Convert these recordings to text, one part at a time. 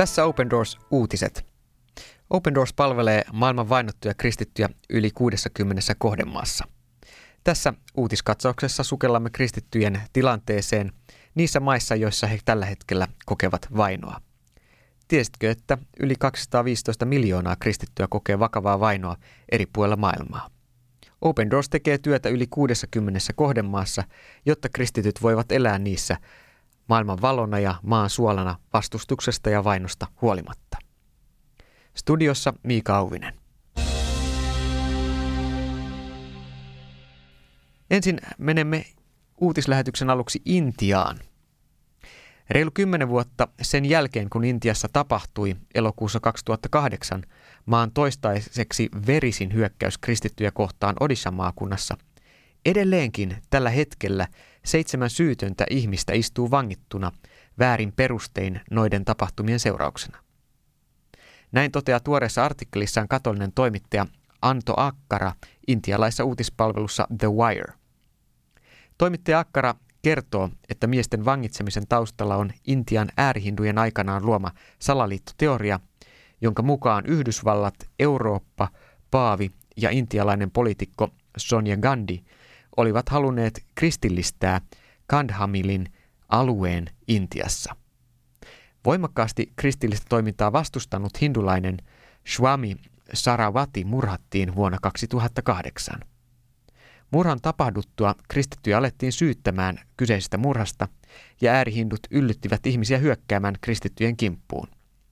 Tässä Open Doors-uutiset. Open Doors palvelee maailman vainottuja kristittyjä yli 60 kohdemaassa. Tässä uutiskatsauksessa sukellamme kristittyjen tilanteeseen niissä maissa, joissa he tällä hetkellä kokevat vainoa. Tiesitkö, että yli 215 miljoonaa kristittyä kokee vakavaa vainoa eri puolilla maailmaa? Open Doors tekee työtä yli 60 kohdemaassa, jotta kristityt voivat elää niissä maailman valona ja maan suolana vastustuksesta ja vainosta huolimatta. Studiossa Miika Auvinen. Ensin menemme uutislähetyksen aluksi Intiaan. Reilu 10 vuotta sen jälkeen, kun Intiassa tapahtui elokuussa 2008 maan toistaiseksi verisin hyökkäys kristittyjä kohtaan Odishan maakunnassa, edelleenkin tällä hetkellä 7 syytöntä ihmistä istuu vangittuna väärin perustein noiden tapahtumien seurauksena. Näin toteaa tuoreessa artikkelissaan katolinen toimittaja Anto Akkara intialaisessa uutispalvelussa The Wire. Toimittaja Akkara kertoo, että miesten vangitsemisen taustalla on Intian äärihindujen aikanaan luoma salaliittoteoria, jonka mukaan Yhdysvallat, Eurooppa, paavi ja intialainen poliitikko Sonia Gandhi olivat halunneet kristillistää Kandhamilin alueen Intiassa. Voimakkaasti kristillistä toimintaa vastustanut hindulainen Swami Saravati murhattiin vuonna 2008. Murhan tapahduttua kristittyjä alettiin syyttämään kyseisestä murhasta ja äärihindut yllyttivät ihmisiä hyökkäämään kristittyjen kimppuun.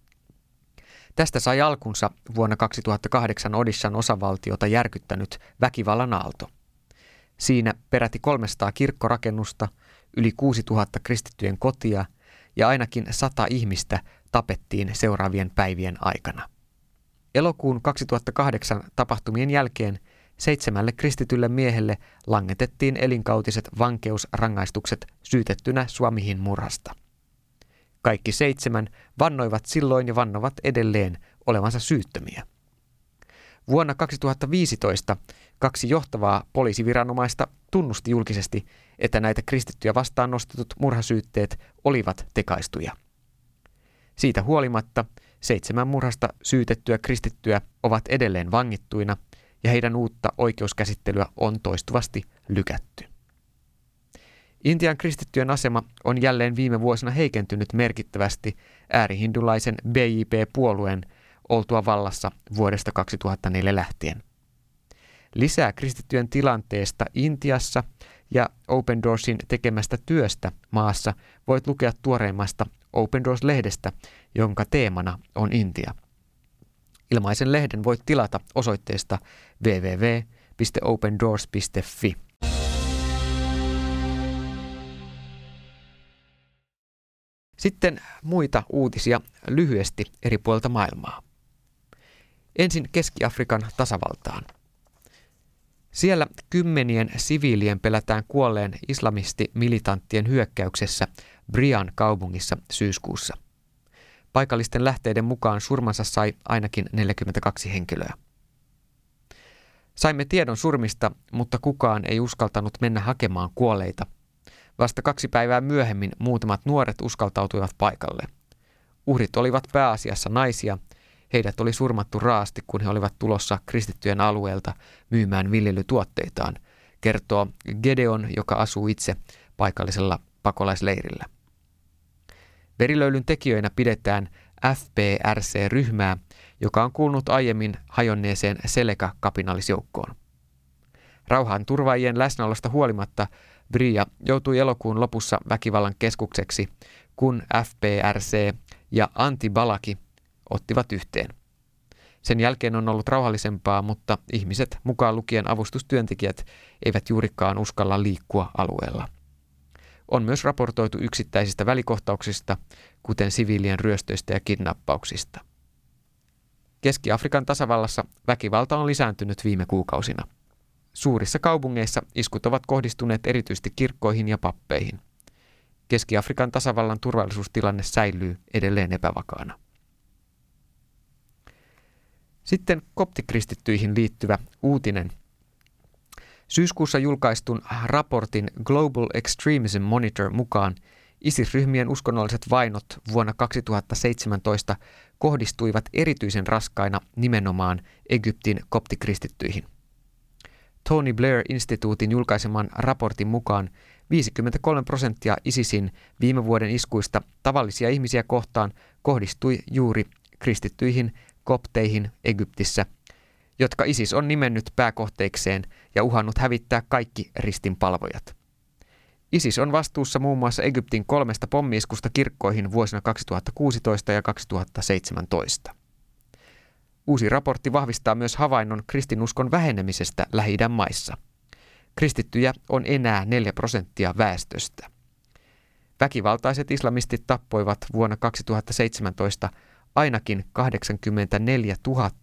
Tästä sai alkunsa vuonna 2008 Odishan osavaltiota järkyttänyt väkivallan aalto. Siinä peräti 300 kirkkorakennusta, yli 6000 kristittyjen kotia ja ainakin 100 ihmistä tapettiin seuraavien päivien aikana. Elokuun 2008 tapahtumien jälkeen 7 kristitylle miehelle langetettiin elinkautiset vankeusrangaistukset syytettynä Swamihin murhasta. Kaikki 7 vannoivat silloin ja vannovat edelleen olevansa syyttömiä. Vuonna 2015 kaksi johtavaa poliisiviranomaista tunnusti julkisesti, että näitä kristittyjä vastaan nostetut murhasyytteet olivat tekaistuja. Siitä huolimatta 7 murhasta syytettyä kristittyä ovat edelleen vangittuina ja heidän uutta oikeuskäsittelyä on toistuvasti lykätty. Intian kristittyjen asema on jälleen viime vuosina heikentynyt merkittävästi äärihindulaisen BJP-puolueen oltua vallassa vuodesta 2004 lähtien. Lisää kristittyjen tilanteesta Intiassa ja Open Doorsin tekemästä työstä maassa voit lukea tuoreimmasta Open Doors-lehdestä, jonka teemana on Intia. Ilmaisen lehden voit tilata osoitteesta www.opendoors.fi. Sitten muita uutisia lyhyesti eri puolilta maailmaa. Ensin Keski-Afrikan tasavaltaan. Siellä 10 siviilien pelätään kuolleen islamisti-militanttien hyökkäyksessä Brian kaupungissa syyskuussa. Paikallisten lähteiden mukaan surmansa sai ainakin 42 henkilöä. Saimme tiedon surmista, mutta kukaan ei uskaltanut mennä hakemaan kuolleita. Vasta 2 päivää myöhemmin muutamat nuoret uskaltautuivat paikalle. Uhrit olivat pääasiassa naisia. Heidät oli surmattu raasti, kun he olivat tulossa kristittyjen alueelta myymään viljelytuotteitaan, kertoo Gedeon, joka asuu itse paikallisella pakolaisleirillä. Verilöylyn tekijöinä pidetään FPRC-ryhmää, joka on kuulunut aiemmin hajonneeseen Seleka-kapinallisjoukkoon. Rauhanturvaajien läsnäolosta huolimatta Bria joutui elokuun lopussa väkivallan keskukseksi, kun FPRC ja Anti-Balaki ottivat yhteen. Sen jälkeen on ollut rauhallisempaa, mutta ihmiset, mukaan lukien avustustyöntekijät, eivät juurikaan uskalla liikkua alueella. On myös raportoitu yksittäisistä välikohtauksista, kuten siviilien ryöstöistä ja kidnappauksista. Keski-Afrikan tasavallassa väkivalta on lisääntynyt viime kuukausina. Suurissa kaupungeissa iskut ovat kohdistuneet erityisesti kirkkoihin ja pappeihin. Keski-Afrikan tasavallan turvallisuustilanne säilyy edelleen epävakaana. Sitten koptikristittyihin liittyvä uutinen. Syyskuussa julkaistun raportin Global Extremism Monitor mukaan ISIS-ryhmien uskonnolliset vainot vuonna 2017 kohdistuivat erityisen raskaina nimenomaan Egyptin koptikristittyihin. Tony Blair-instituutin julkaiseman raportin mukaan 53% ISISin viime vuoden iskuista tavallisia ihmisiä kohtaan kohdistui juuri kristittyihin kopteihin Egyptissä, jotka ISIS on nimennyt pääkohteikseen ja uhannut hävittää kaikki ristinpalvojat. ISIS on vastuussa muun muassa Egyptin 3 pommiiskusta kirkkoihin vuosina 2016 ja 2017. Uusi raportti vahvistaa myös havainnon kristinuskon vähenemisestä Lähi-idän maissa. Kristittyjä on enää 4% väestöstä. Väkivaltaiset islamistit tappoivat vuonna 2017 ainakin 84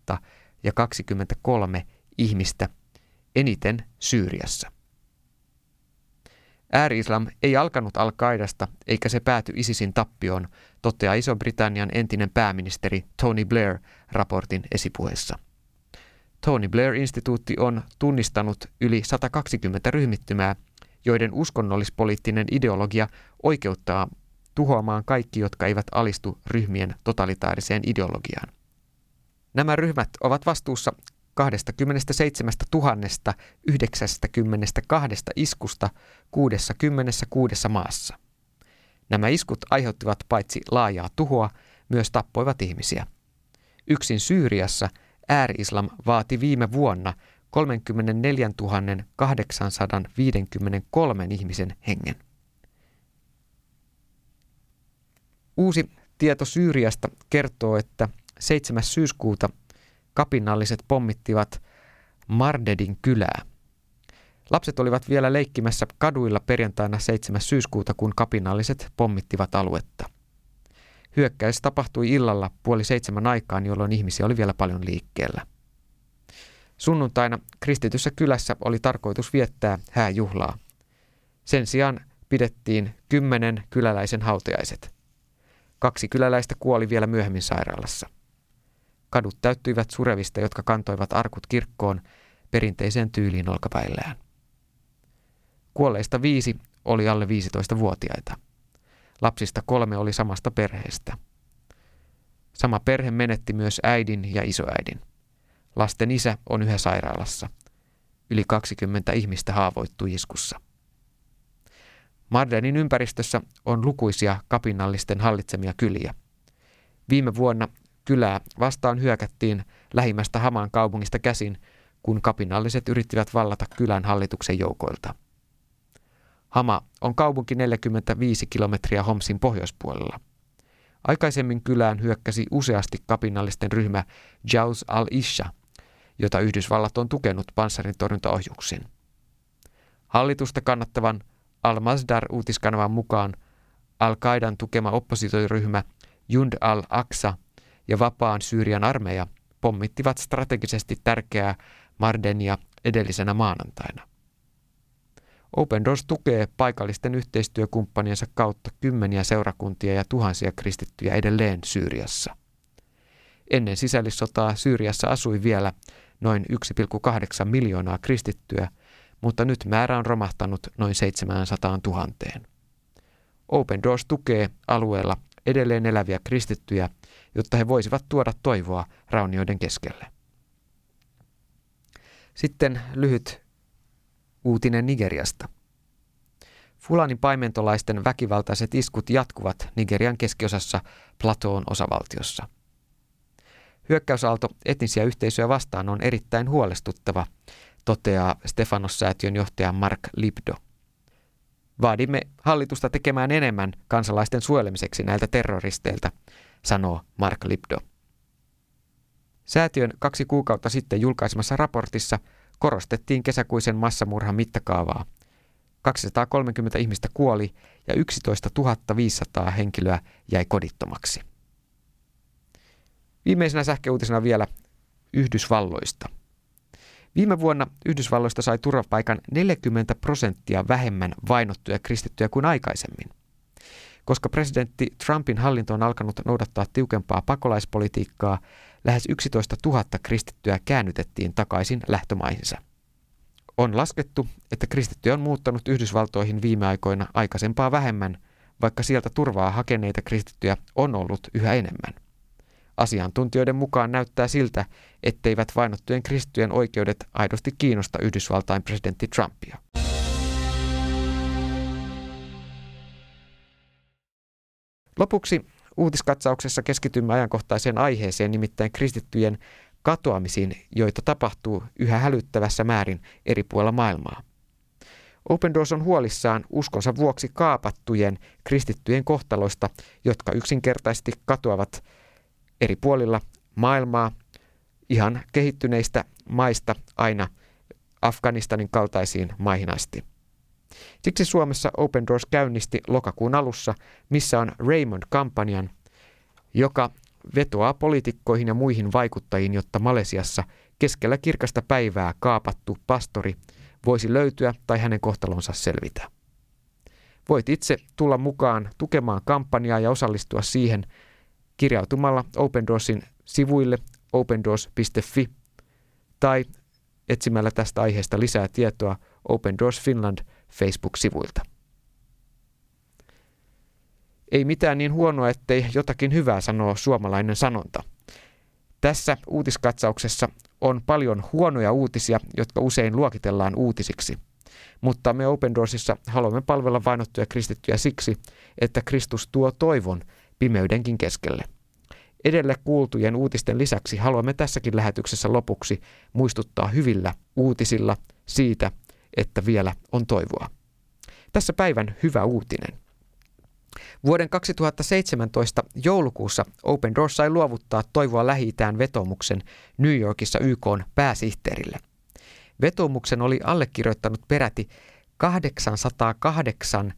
023 ihmistä, eniten Syyriassa. Ääri-islam ei alkanut Al-Qaidasta eikä se pääty ISISin tappioon, toteaa Iso-Britannian entinen pääministeri Tony Blair raportin esipuheessa. Tony Blair-instituutti on tunnistanut yli 120 ryhmittymää, joiden uskonnollispoliittinen ideologia oikeuttaa tuhoamaan kaikki, jotka eivät alistu ryhmien totalitaariseen ideologiaan. Nämä ryhmät ovat vastuussa 27 092 iskusta 66 maassa. Nämä iskut aiheuttivat paitsi laajaa tuhoa, myös tappoivat ihmisiä. Yksin Syyriassa ääri-islam vaati viime vuonna 34 853 ihmisen hengen. Uusi tieto Syyriasta kertoo, että 7. syyskuuta kapinalliset pommittivat Mardedin kylää. Lapset olivat vielä leikkimässä kaduilla perjantaina 7. syyskuuta, kun kapinalliset pommittivat aluetta. Hyökkäys tapahtui illalla 6:30 aikaan, jolloin ihmisiä oli vielä paljon liikkeellä. Sunnuntaina kristityssä kylässä oli tarkoitus viettää hääjuhlaa. Sen sijaan pidettiin 10 kyläläisen hautajaiset. 2 kyläläistä kuoli vielä myöhemmin sairaalassa. Kadut täyttyivät surevista, jotka kantoivat arkut kirkkoon perinteiseen tyyliin olkapäillään. Kuolleista 5 oli alle 15-vuotiaita. Lapsista 3 oli samasta perheestä. Sama perhe menetti myös äidin ja isoäidin. Lasten isä on yhä sairaalassa. Yli 20 ihmistä haavoittui iskussa. Mardenin ympäristössä on lukuisia kapinallisten hallitsemia kyliä. Viime vuonna kylää vastaan hyökättiin lähimmästä Haman kaupungista käsin, kun kapinalliset yrittivät vallata kylän hallituksen joukoilta. Hama on kaupunki 45 kilometriä Homsin pohjoispuolella. Aikaisemmin kylään hyökkäsi useasti kapinallisten ryhmä Jaus al-Isha, jota Yhdysvallat on tukenut panssarintorjuntaohjuksin. Hallitusta kannattavan Al-Masdar-uutiskanavan mukaan Al-Qaidan tukema oppositioryhmä Jund al-Aqsa ja vapaan Syyrian armeija pommittivat strategisesti tärkeää Mardenia edellisenä maanantaina. Open Doors tukee paikallisten yhteistyökumppaniensa kautta kymmeniä seurakuntia ja tuhansia kristittyjä edelleen Syyriassa. Ennen sisällissotaa Syyriassa asui vielä noin 1,8 miljoonaa kristittyä, mutta nyt määrä on romahtanut noin 700 000. Open Doors tukee alueella edelleen eläviä kristittyjä, jotta he voisivat tuoda toivoa raunioiden keskelle. Sitten lyhyt uutinen Nigeriasta. Fulanin paimentolaisten väkivaltaiset iskut jatkuvat Nigerian keskiosassa Plateaun osavaltiossa. Hyökkäysaalto etnisiä yhteisöjä vastaan on erittäin huolestuttava, toteaa Stefanos-säätiön johtaja Mark Libdo. Vaadimme hallitusta tekemään enemmän kansalaisten suojelemiseksi näiltä terroristeilta, sanoo Mark Libdo. Säätiön 2 kuukautta sitten julkaisemassa raportissa korostettiin kesäkuisen massamurhan mittakaavaa. 230 ihmistä kuoli ja 11 500 henkilöä jäi kodittomaksi. Viimeisenä sähköuutisena vielä Yhdysvalloista. Viime vuonna Yhdysvalloista sai turvapaikan 40% vähemmän vainottuja kristittyjä kuin aikaisemmin. Koska presidentti Trumpin hallinto on alkanut noudattaa tiukempaa pakolaispolitiikkaa, lähes 11 000 kristittyä käännytettiin takaisin lähtömaihinsa. On laskettu, että kristittyjä on muuttanut Yhdysvaltoihin viime aikoina aikaisempaa vähemmän, vaikka sieltä turvaa hakeneita kristittyjä on ollut yhä enemmän. Asiantuntijoiden mukaan näyttää siltä, etteivät vainottujen kristittyjen oikeudet aidosti kiinnosta Yhdysvaltain presidentti Trumpia. Lopuksi uutiskatsauksessa keskitymme ajankohtaiseen aiheeseen, nimittäin kristittyjen katoamisiin, joita tapahtuu yhä hälyttävässä määrin eri puolilla maailmaa. Open Doors on huolissaan uskonsa vuoksi kaapattujen kristittyjen kohtaloista, jotka yksinkertaisesti katoavat eri puolilla maailmaa, ihan kehittyneistä maista aina Afganistanin kaltaisiin maihin asti. Siksi Suomessa Open Doors käynnisti lokakuun alussa Missä on Raymond-kampanjan, joka vetoaa poliitikkoihin ja muihin vaikuttajiin, jotta Malesiassa keskellä kirkasta päivää kaapattu pastori voisi löytyä tai hänen kohtalonsa selvitä. Voit itse tulla mukaan tukemaan kampanjaa ja osallistua siihen kirjautumalla Open Doorsin sivuille opendoors.fi tai etsimällä tästä aiheesta lisää tietoa Open Doors Finland Facebook-sivuilta. Ei mitään niin huonoa, ettei jotakin hyvää, sanoo suomalainen sanonta. Tässä uutiskatsauksessa on paljon huonoja uutisia, jotka usein luokitellaan uutisiksi. Mutta me Open Doorsissa haluamme palvella vainottuja kristittyjä siksi, että Kristus tuo toivon pimeydenkin keskelle. Edelle kuultujen uutisten lisäksi haluamme tässäkin lähetyksessä lopuksi muistuttaa hyvillä uutisilla siitä, että vielä on toivoa. Tässä päivän hyvä uutinen. Vuoden 2017 joulukuussa Open Doors sai luovuttaa Toivoa Lähi-itään -vetoomuksen New Yorkissa YK:n pääsihteerille. Vetoomuksen oli allekirjoittanut peräti 808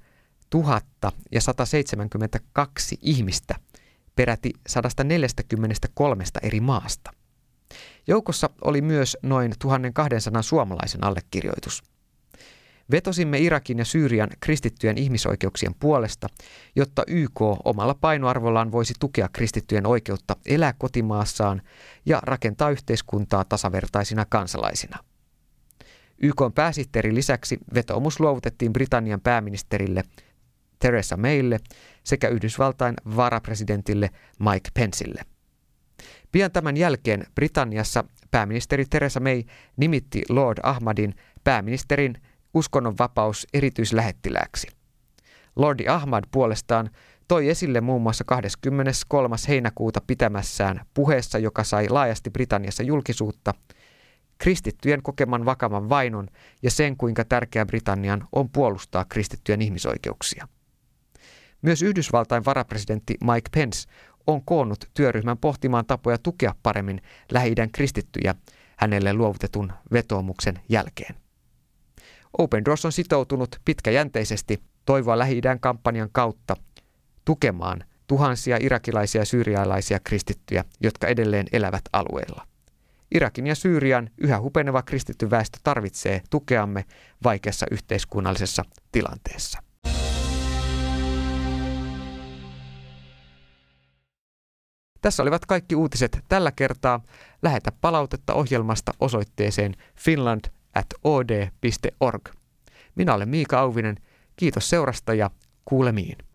172 ihmistä peräti 143 eri maasta. Joukossa oli myös noin 1200 suomalaisen allekirjoitus. Vetosimme Irakin ja Syyrian kristittyjen ihmisoikeuksien puolesta, jotta YK omalla painoarvollaan voisi tukea kristittyjen oikeutta elää kotimaassaan ja rakentaa yhteiskuntaa tasavertaisina kansalaisina. YK:n pääsihteerin lisäksi vetoomus luovutettiin Britannian pääministerille Theresa Maylle sekä Yhdysvaltain varapresidentille Mike Pencelle. Pian tämän jälkeen Britanniassa pääministeri Theresa May nimitti Lord Ahmadin pääministerin uskonnonvapaus erityislähettilääksi. Lordi Ahmad puolestaan toi esille muun muassa 23. heinäkuuta pitämässään puheessa, joka sai laajasti Britanniassa julkisuutta, kristittyjen kokeman vakavan vainon ja sen, kuinka tärkeää Britannian on puolustaa kristittyjen ihmisoikeuksia. Myös Yhdysvaltain varapresidentti Mike Pence on koonnut työryhmän pohtimaan tapoja tukea paremmin Lähi-idän kristittyjä hänelle luovutetun vetoomuksen jälkeen. Open Doors on sitoutunut pitkäjänteisesti Toivoa Lähi-idän kampanjan kautta tukemaan tuhansia irakilaisia ja syyrialaisia kristittyjä, jotka edelleen elävät alueella. Irakin ja Syyrian yhä hupeneva kristitty väestö tarvitsee tukeamme vaikeassa yhteiskunnallisessa tilanteessa. Tässä olivat kaikki uutiset tällä kertaa. Lähetä palautetta ohjelmasta osoitteeseen finland@od.org. Minä olen Miika Auvinen. Kiitos seurasta ja kuulemiin.